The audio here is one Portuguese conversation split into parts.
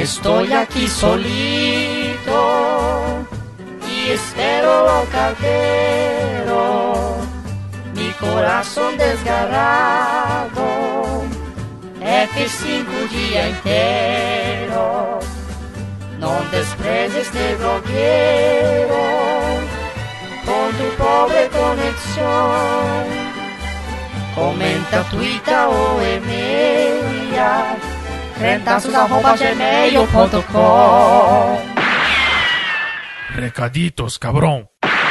Estoy aquí solito y espero al cartero, mi corazón desgarrado, F5 o dia inteiro. Não desprezes este blogueiro con tu pobre conexión. Comenta, tuita ou e-maila crentaços@gmail.com. Recaditos, cabrão.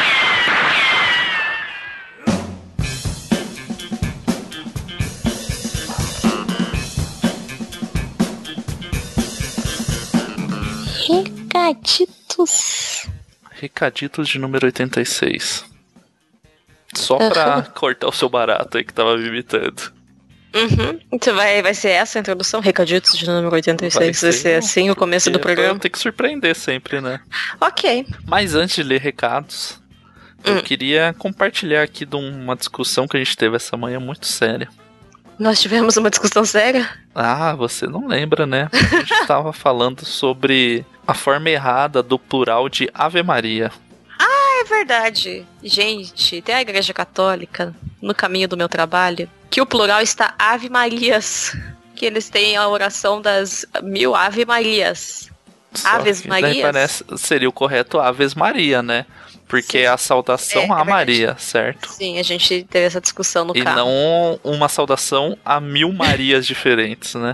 Recaditos. Recaditos de número 86. Só pra cortar o seu barato aí que tava me imitando. Então vai ser essa a introdução? Recaditos de número 86. Vai ser assim o começo do programa? Tem que surpreender sempre, né? Ok. Mas antes de ler recados, eu queria compartilhar aqui de uma discussão que a gente teve essa manhã muito séria. Nós tivemos uma discussão séria? Ah, você não lembra, né? A gente estava falando sobre a forma errada do plural de Ave Maria. Ah, é verdade. Gente, tem a Igreja Católica, no caminho do meu trabalho, que o plural está Ave Marias. Que eles têm a oração das 1000 Ave Marias. Aves Marias? Parece, seria o correto Aves Maria, né? Porque é a saudação a Maria, certo? Sim, a gente teve essa discussão no carro. E não uma saudação a 1000 Marias diferentes, né?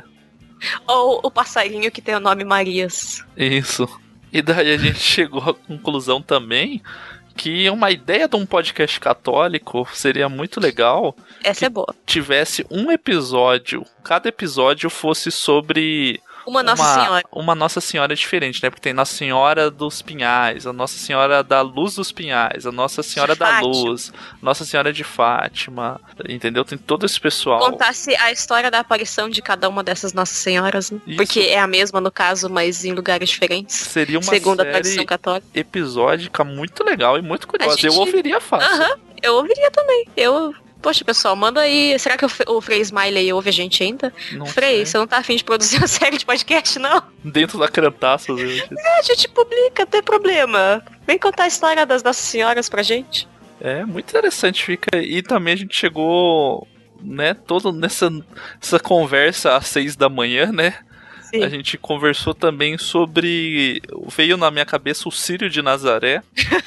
Ou o passarinho que tem o nome Marias. Isso. E daí a gente chegou à conclusão também que uma ideia de um podcast católico seria muito legal. Essa é boa. Tivesse um episódio, cada episódio fosse sobre uma Nossa Senhora. Uma Nossa Senhora diferente, né? Porque tem Nossa Senhora dos Pinhais, a Nossa Senhora da Luz dos Pinhais, a Nossa Senhora da Luz, Nossa Senhora de Fátima, entendeu? Tem todo esse pessoal. Contasse a história da aparição de cada uma dessas Nossas Senhoras, né? Porque é a mesma no caso, mas em lugares diferentes. Seria uma segundo série a tradição católica episódica muito legal e muito curiosa. Eu ouviria fácil. Eu ouviria também. Poxa, pessoal, manda aí. Será que o Frei Smiley ouve a gente ainda? Não Frei, sei. você não tá afim de produzir uma série de podcast, não? Dentro da Crentaço, às vezes. A gente publica, não tem problema. Vem contar a história das Nossas Senhoras pra gente. É, muito interessante fica. E também a gente chegou, né, todo nessa conversa às 6 da manhã, né? Sim. A gente conversou também sobre... Veio na minha cabeça o Círio de Nazaré.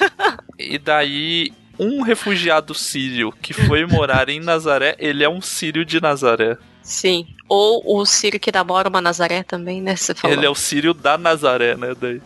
E daí... Um refugiado sírio que foi morar em Nazaré, ele é um sírio de Nazaré. Sim. Ou o sírio que namora uma Nazaré também, né? Você falou. Ele é o sírio da Nazaré, né? Daí.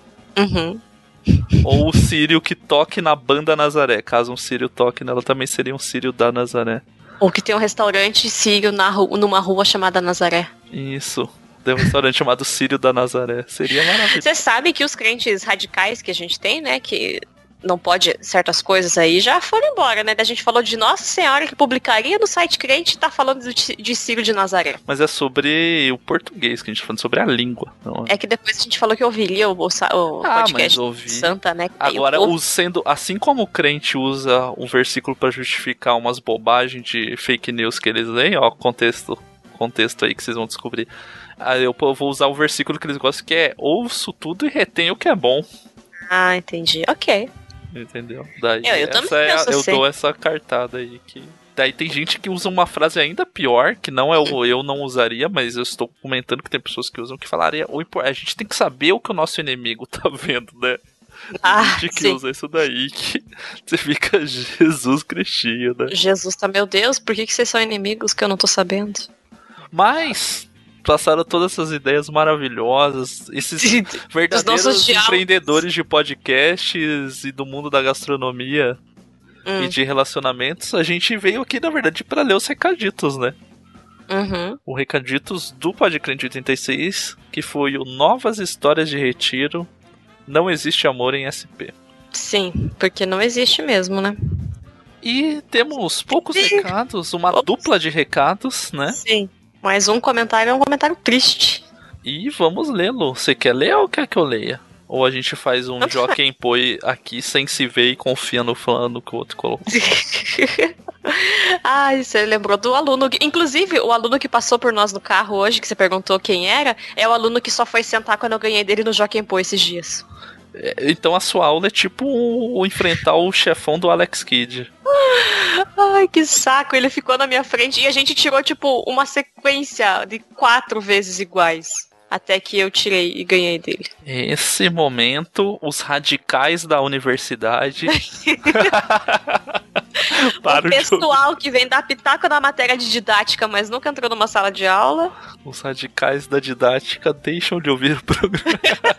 Ou o sírio que toque na banda Nazaré. Caso um sírio toque nela, também seria um sírio da Nazaré. Ou que tem um restaurante sírio numa rua chamada Nazaré. Isso. Tem um restaurante chamado Sírio da Nazaré. Seria maravilhoso. Você sabe que os crentes radicais que a gente tem, né? Que... não pode certas coisas aí, já foram embora, né? A gente falou de Nossa Senhora que publicaria no site crente e tá falando de Círio de Nazaré. Mas é sobre o português que a gente tá falando, sobre a língua. Não é? É que depois a gente falou que ouviria o podcast Santa, né? Agora, assim como o crente usa um versículo pra justificar umas bobagens de fake news que eles leem, ó, contexto aí que vocês vão descobrir. Aí eu vou usar o versículo que eles gostam, que é: ouço tudo e retenho o que é bom. Ah, entendi. Ok. Entendeu? Daí eu dou essa cartada aí. Daí tem gente que usa uma frase ainda pior, que não é eu não usaria, mas eu estou comentando que tem pessoas que usam, que falaria: a gente tem que saber o que o nosso inimigo tá vendo, né? Tem gente que usa isso daí, que você fica Jesus Cristinho, né? Jesus tá, meu Deus, por que vocês são inimigos que eu não tô sabendo? Mas... passaram todas essas ideias maravilhosas, esses verdadeiros empreendedores de podcasts e do mundo da gastronomia e de relacionamentos. A gente veio aqui, na verdade, para ler os recaditos, né? O recaditos do Podcrente 86, que foi o Novas Histórias de Retiro, Não Existe Amor em SP. Sim, porque não existe mesmo, né? E temos poucos recados, uma dupla de recados, né? Sim. Mas um comentário é um comentário triste. E vamos lê-lo. Você quer ler ou quer que eu leia? Ou a gente faz um Joaquim Poi aqui sem se ver e confia no fulano que o outro colocou? Ah, você lembrou do aluno. Inclusive, o aluno que passou por nós no carro hoje, que você perguntou quem era, é o aluno que só foi sentar quando eu ganhei dele no Joaquim Pô esses dias. Então a sua aula é tipo enfrentar o chefão do Alex Kidd. Ai, que saco. Ele ficou na minha frente e a gente tirou, tipo, uma sequência de 4 vezes iguais. Até que eu tirei e ganhei dele. Esse momento, os radicais da universidade... O pessoal que vem dar pitaco na matéria de didática, mas nunca entrou numa sala de aula. Os radicais da didática deixam de ouvir o programa.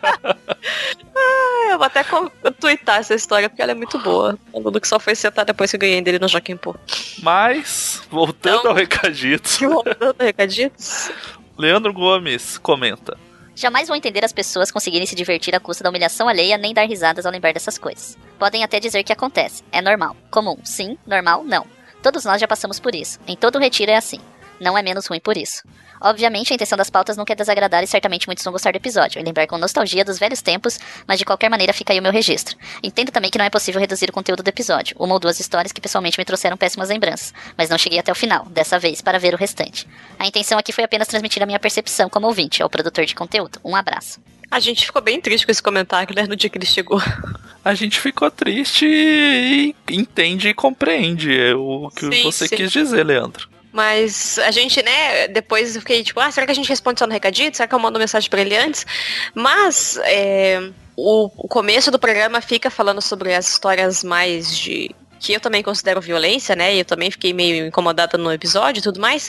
Eu vou até twittar essa história, porque ela é muito boa. O aluno que só foi sentar depois que eu ganhei dele no Joaquim Pô. Mas, voltando ao Recaditos. Voltando ao Recaditos. Leandro Gomes comenta. Jamais vou entender as pessoas conseguirem se divertir à custa da humilhação alheia nem dar risadas ao lembrar dessas coisas. Podem até dizer que acontece. É normal. Comum. Sim. Normal. Não. Todos nós já passamos por isso. Em todo retiro é assim. Não é menos ruim por isso. Obviamente, a intenção das pautas nunca é desagradar e certamente muitos vão gostar do episódio e lembrar com nostalgia dos velhos tempos, mas de qualquer maneira fica aí o meu registro. Entendo também que não é possível reduzir o conteúdo do episódio, uma ou duas histórias que pessoalmente me trouxeram péssimas lembranças, mas não cheguei até o final, dessa vez, para ver o restante. A intenção aqui foi apenas transmitir a minha percepção como ouvinte, ao produtor de conteúdo. Um abraço. A gente ficou bem triste com esse comentário, né, no dia que ele chegou. A gente ficou triste e entende e compreende o que você quis dizer, Leandro. Mas a gente, né, depois eu fiquei tipo, será que a gente responde só no recadito? Será que eu mando mensagem pra ele antes? Mas o começo do programa fica falando sobre as histórias mais de... que eu também considero violência, né? E eu também fiquei meio incomodada no episódio e tudo mais.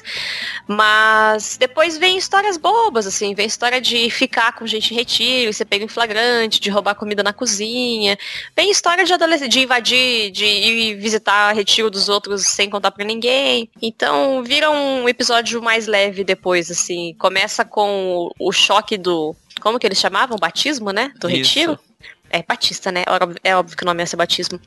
Mas depois vem histórias bobas, assim. Vem história de ficar com gente em retiro, ser pego em flagrante, de roubar comida na cozinha. Vem história de adolescente, de invadir, de ir visitar retiro dos outros sem contar pra ninguém. Então vira um episódio mais leve depois, assim. Começa com o choque do... como que eles chamavam? Batismo, né? Do retiro. É Batista, né? É óbvio que o nome é ser batismo.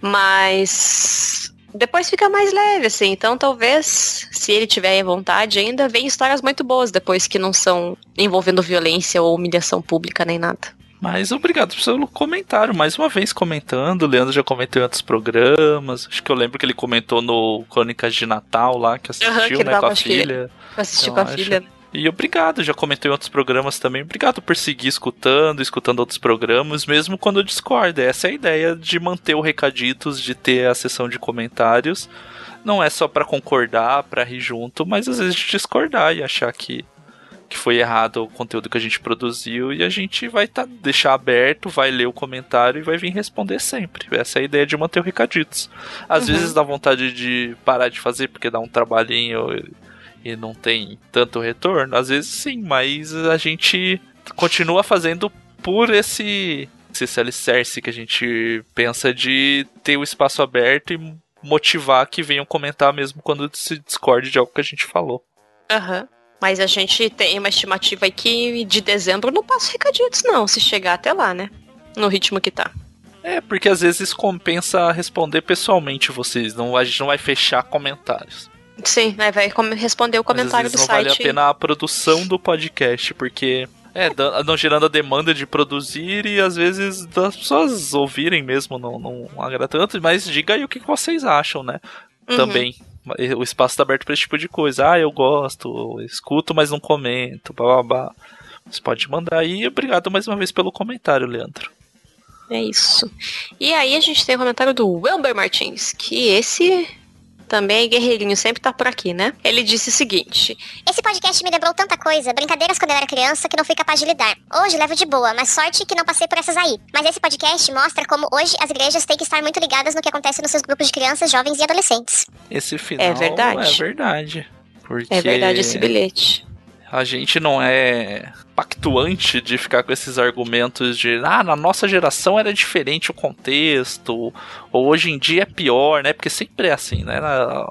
Mas depois fica mais leve, assim. Então talvez, se ele tiver vontade ainda, vem histórias muito boas depois que não são envolvendo violência ou humilhação pública nem nada. Mas obrigado pelo comentário. Mais uma vez comentando. O Leandro já comentou em outros programas. Acho que eu lembro que ele comentou no Crônicas de Natal lá, que assistiu, que né, com a filha. Eu assisti com a filha, né? E obrigado, já comentei em outros programas também. Obrigado por seguir escutando outros programas, mesmo quando discorda. Essa é a ideia de manter o Recaditos, de ter a sessão de comentários. Não é só pra concordar, pra rir junto, mas às vezes de discordar e achar que foi errado o conteúdo que a gente produziu. E a gente vai deixar aberto, vai ler o comentário e vai vir responder sempre. Essa é a ideia de manter o Recaditos. Às vezes dá vontade de parar de fazer porque dá um trabalhinho... e não tem tanto retorno, às vezes sim, mas a gente continua fazendo por esse alicerce que a gente pensa de ter o espaço aberto e motivar que venham comentar mesmo quando se discorde de algo que a gente falou. Mas a gente tem uma estimativa aí que de dezembro não passa recaditos não, se chegar até lá, né? No ritmo que tá. Porque às vezes compensa responder pessoalmente vocês, a gente não vai fechar comentários. Sim, vai responder o comentário do site. Não vale a pena a produção do podcast, porque não gerando a demanda de produzir e às vezes das pessoas ouvirem mesmo, não agrada tanto, mas diga aí o que vocês acham, né? Também. O espaço tá aberto pra esse tipo de coisa. Eu gosto, eu escuto, mas não comento, blá. Você pode mandar aí. Obrigado mais uma vez pelo comentário, Leandro. É isso. E aí a gente tem o comentário do Wilber Martins, que esse... também guerreirinho, sempre tá por aqui, né? Ele disse o seguinte: esse podcast me lembrou tanta coisa, brincadeiras quando eu era criança que não fui capaz de lidar. Hoje levo de boa, mas sorte que não passei por essas aí. Mas esse podcast mostra como hoje as igrejas têm que estar muito ligadas no que acontece nos seus grupos de crianças, jovens e adolescentes. Esse final é verdade. Porque é verdade esse bilhete. A gente não é pactuante de ficar com esses argumentos de na nossa geração era diferente o contexto, ou hoje em dia é pior, né? Porque sempre é assim, né?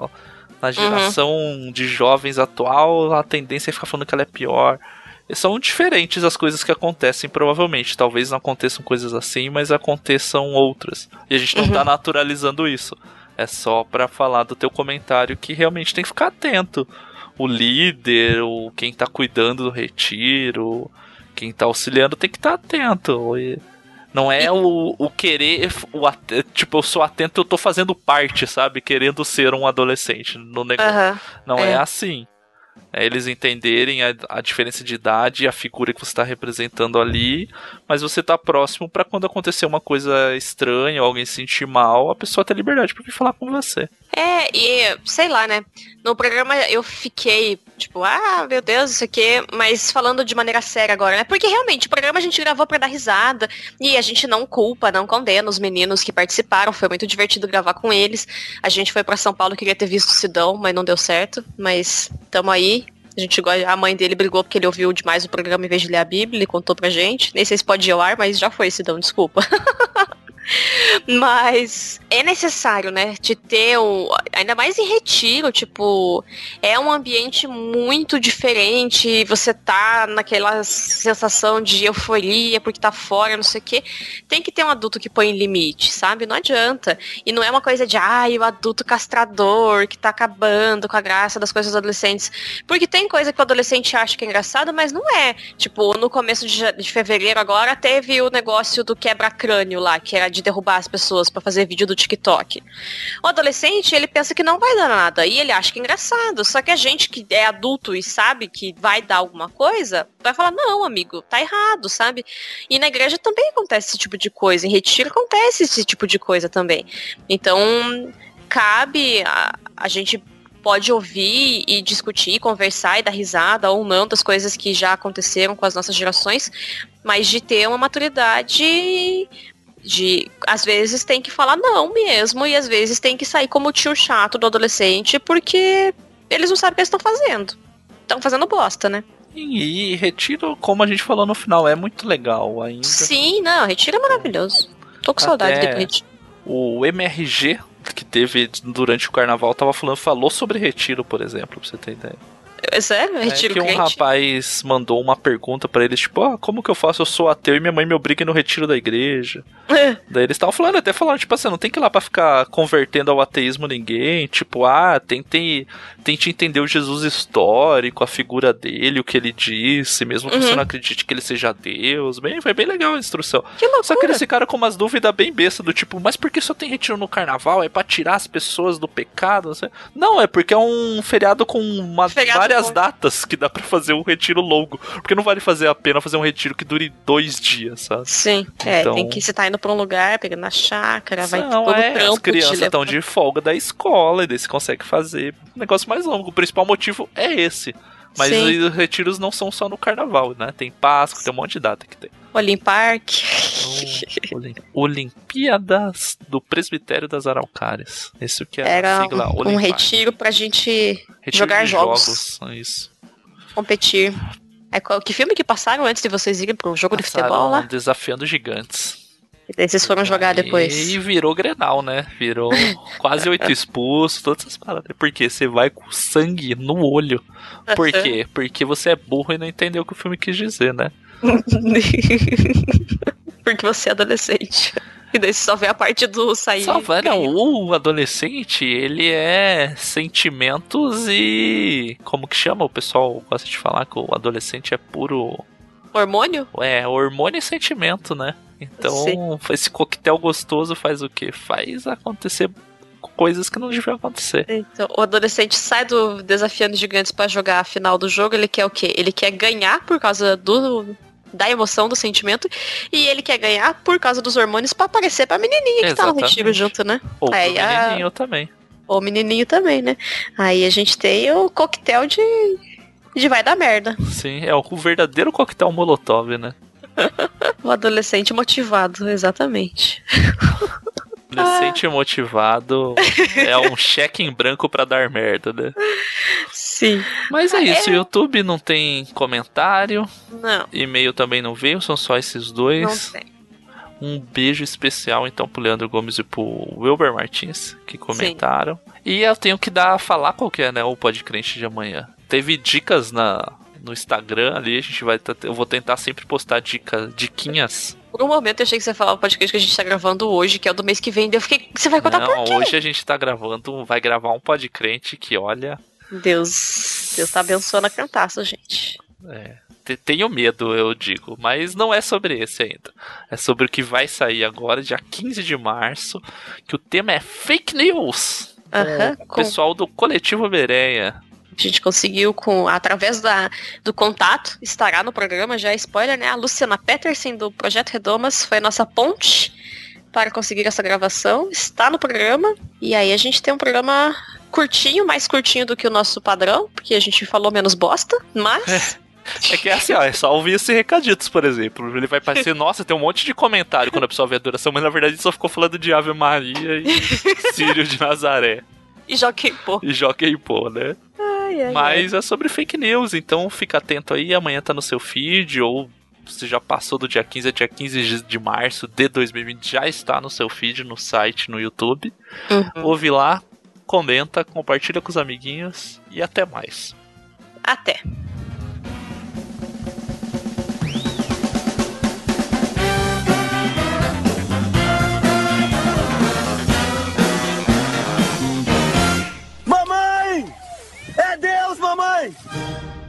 Na geração de jovens atual, a tendência é ficar falando que ela é pior. E são diferentes as coisas que acontecem, provavelmente. Talvez não aconteçam coisas assim, mas aconteçam outras. E a gente não tá naturalizando isso. É só pra falar do teu comentário que realmente tem que ficar atento. O líder, quem tá cuidando do retiro, quem tá auxiliando tem que estar atento. Não é o querer, tipo, eu sou atento, eu tô fazendo parte, sabe? Querendo ser um adolescente no negócio. Não é assim. É eles entenderem a diferença de idade e a figura que você está representando ali, mas você tá próximo para quando acontecer uma coisa estranha ou alguém se sentir mal, a pessoa ter liberdade pra vir falar com você. E sei lá, né? No programa eu fiquei, tipo, meu Deus, isso aqui, mas falando de maneira séria agora, né? Porque realmente o programa a gente gravou pra dar risada e a gente não culpa, não condena os meninos que participaram, foi muito divertido gravar com eles. A gente foi pra São Paulo, queria ter visto o Sidão, mas não deu certo, mas tamo aí. A mãe dele brigou porque ele ouviu demais o programa em vez de ler a Bíblia, ele contou pra gente. Nem sei se pode ir ao ar, mas já foi, Sidão, desculpa. Mas é necessário, né, de ter ainda mais em retiro, tipo, é um ambiente muito diferente, você tá naquela sensação de euforia porque tá fora, não sei o quê. Tem que ter um adulto que põe limite, sabe? Não adianta. E não é uma coisa de, o adulto castrador que tá acabando com a graça das coisas dos adolescentes. Porque tem coisa que o adolescente acha que é engraçado, mas não é. Tipo, no começo de fevereiro agora teve o negócio do quebra-crânio lá, que era de derrubar as pessoas pra fazer vídeo do TikTok. O adolescente, ele pensa que não vai dar nada, e ele acha que é engraçado, só que a gente que é adulto e sabe que vai dar alguma coisa, vai falar, não, amigo, tá errado, sabe? E na igreja também acontece esse tipo de coisa, em retiro acontece esse tipo de coisa também. Então, cabe a gente pode ouvir e discutir, conversar e dar risada ou não das coisas que já aconteceram com as nossas gerações, mas de ter uma maturidade às vezes tem que falar não mesmo, e às vezes tem que sair como o tio chato do adolescente, porque eles não sabem o que eles estão fazendo. Estão fazendo bosta, né? E retiro, como a gente falou no final, é muito legal ainda. Sim, não, retiro é maravilhoso. Tô com saudade do retiro. O MRG que teve durante o carnaval falou sobre retiro, por exemplo, pra você ter ideia. É sério? Retiro que um rapaz mandou uma pergunta pra eles, tipo, como que eu faço? Eu sou ateu e minha mãe me obriga no retiro da igreja. Daí eles estavam falando, tipo assim, não tem que ir lá pra ficar convertendo ao ateísmo ninguém, tipo, tente entender o Jesus histórico, a figura dele, o que ele disse, mesmo que você não acredite que ele seja Deus. Foi bem legal a instrução. Que loucura. Só que eles ficaram com umas dúvidas bem bestas, do tipo, mas por que só tem retiro no carnaval? É pra tirar as pessoas do pecado? Não, é porque é um feriado com várias datas que dá pra fazer um retiro longo. Porque não vale a pena fazer um retiro que dure 2 dias, sabe? Sim, então... tem que você tá indo pra um lugar, pegando na chácara, vai todo trampo. As crianças estão de folga da escola e daí você consegue fazer um negócio mais longo. O principal motivo é esse. Mas os retiros não são só no carnaval, né? Tem Páscoa, tem um monte de data que tem. Olimpark. Olimpíadas do Presbitério das Araucárias. Isso que era a sigla Olimpark. Um retiro pra gente jogar jogos. Isso. Competir. Que filme que passaram antes de vocês irem pro jogo de futebol lá? Desafiando Gigantes. E daí vocês foram jogar depois. E virou Grenal, né? Virou quase 8 expulsos, todas essas paradas. Porque você vai com sangue no olho. Por quê? Porque você é burro e não entendeu o que o filme quis dizer, né? Porque você é adolescente. E daí você só vê a parte do sair. O adolescente, ele é sentimentos e... Como que chama? O pessoal gosta de falar que o adolescente é puro... Hormônio? Hormônio e sentimento, né? Então, esse coquetel gostoso faz o quê? Faz acontecer coisas que não deviam acontecer. Então, o adolescente sai do Desafiando Gigantes pra jogar a final do jogo, ele quer o quê? Ele quer ganhar por causa da emoção, do sentimento, e ele quer ganhar por causa dos hormônios pra aparecer pra menininha que tá no retiro junto, né? Ou pro menininho também. Ou menininho também, né? Aí a gente tem o coquetel de vai dar merda. Sim, é o verdadeiro coquetel Molotov, né? O adolescente motivado, exatamente. Adolescente motivado é um cheque em branco pra dar merda, né? Sim. Mas é isso, o YouTube não tem comentário. Não. E-mail também não veio, são só esses dois. Não tem. Um beijo especial então pro Leandro Gomes e pro Wilber Martins, que comentaram. Sim. E eu tenho que falar qual que é, né, o Podcrente de amanhã. Teve dicas no Instagram ali, eu vou tentar sempre postar diquinhas. Por um momento eu achei que você ia falar o podcast que a gente tá gravando hoje, que é o do mês que vem, eu fiquei, você vai contar por quê? Hoje a gente tá vai gravar um Podcrente que, olha... Deus tá abençoando a cantaça, gente. tenho medo, eu digo. Mas não é sobre esse ainda. É sobre o que vai sair agora, dia 15 de março. Que o tema é fake news. O pessoal do Coletivo Merenha. A gente conseguiu, através do contato, estará no programa, já é spoiler, né? A Luciana Peterson, do Projeto Redomas, foi a nossa ponte para conseguir essa gravação. Está no programa. E aí a gente tem um programa curtinho, mais curtinho do que o nosso padrão, porque a gente falou menos bosta, mas... É que é assim, ó, é só ouvir esses recaditos, por exemplo. Ele vai parecer, nossa, tem um monte de comentário quando a pessoa vê a duração, mas na verdade ele só ficou falando de Ave Maria e Sírio de Nazaré. E Jockey Pô, né? Mas é sobre fake news, então fica atento aí, amanhã tá no seu feed, ou se já passou do dia 15 a dia 15 de março de 2020, já está no seu feed, no site, no YouTube. Ouve lá, comenta, compartilha com os amiguinhos e até mais. Até. Mamãe! É Deus, mamãe!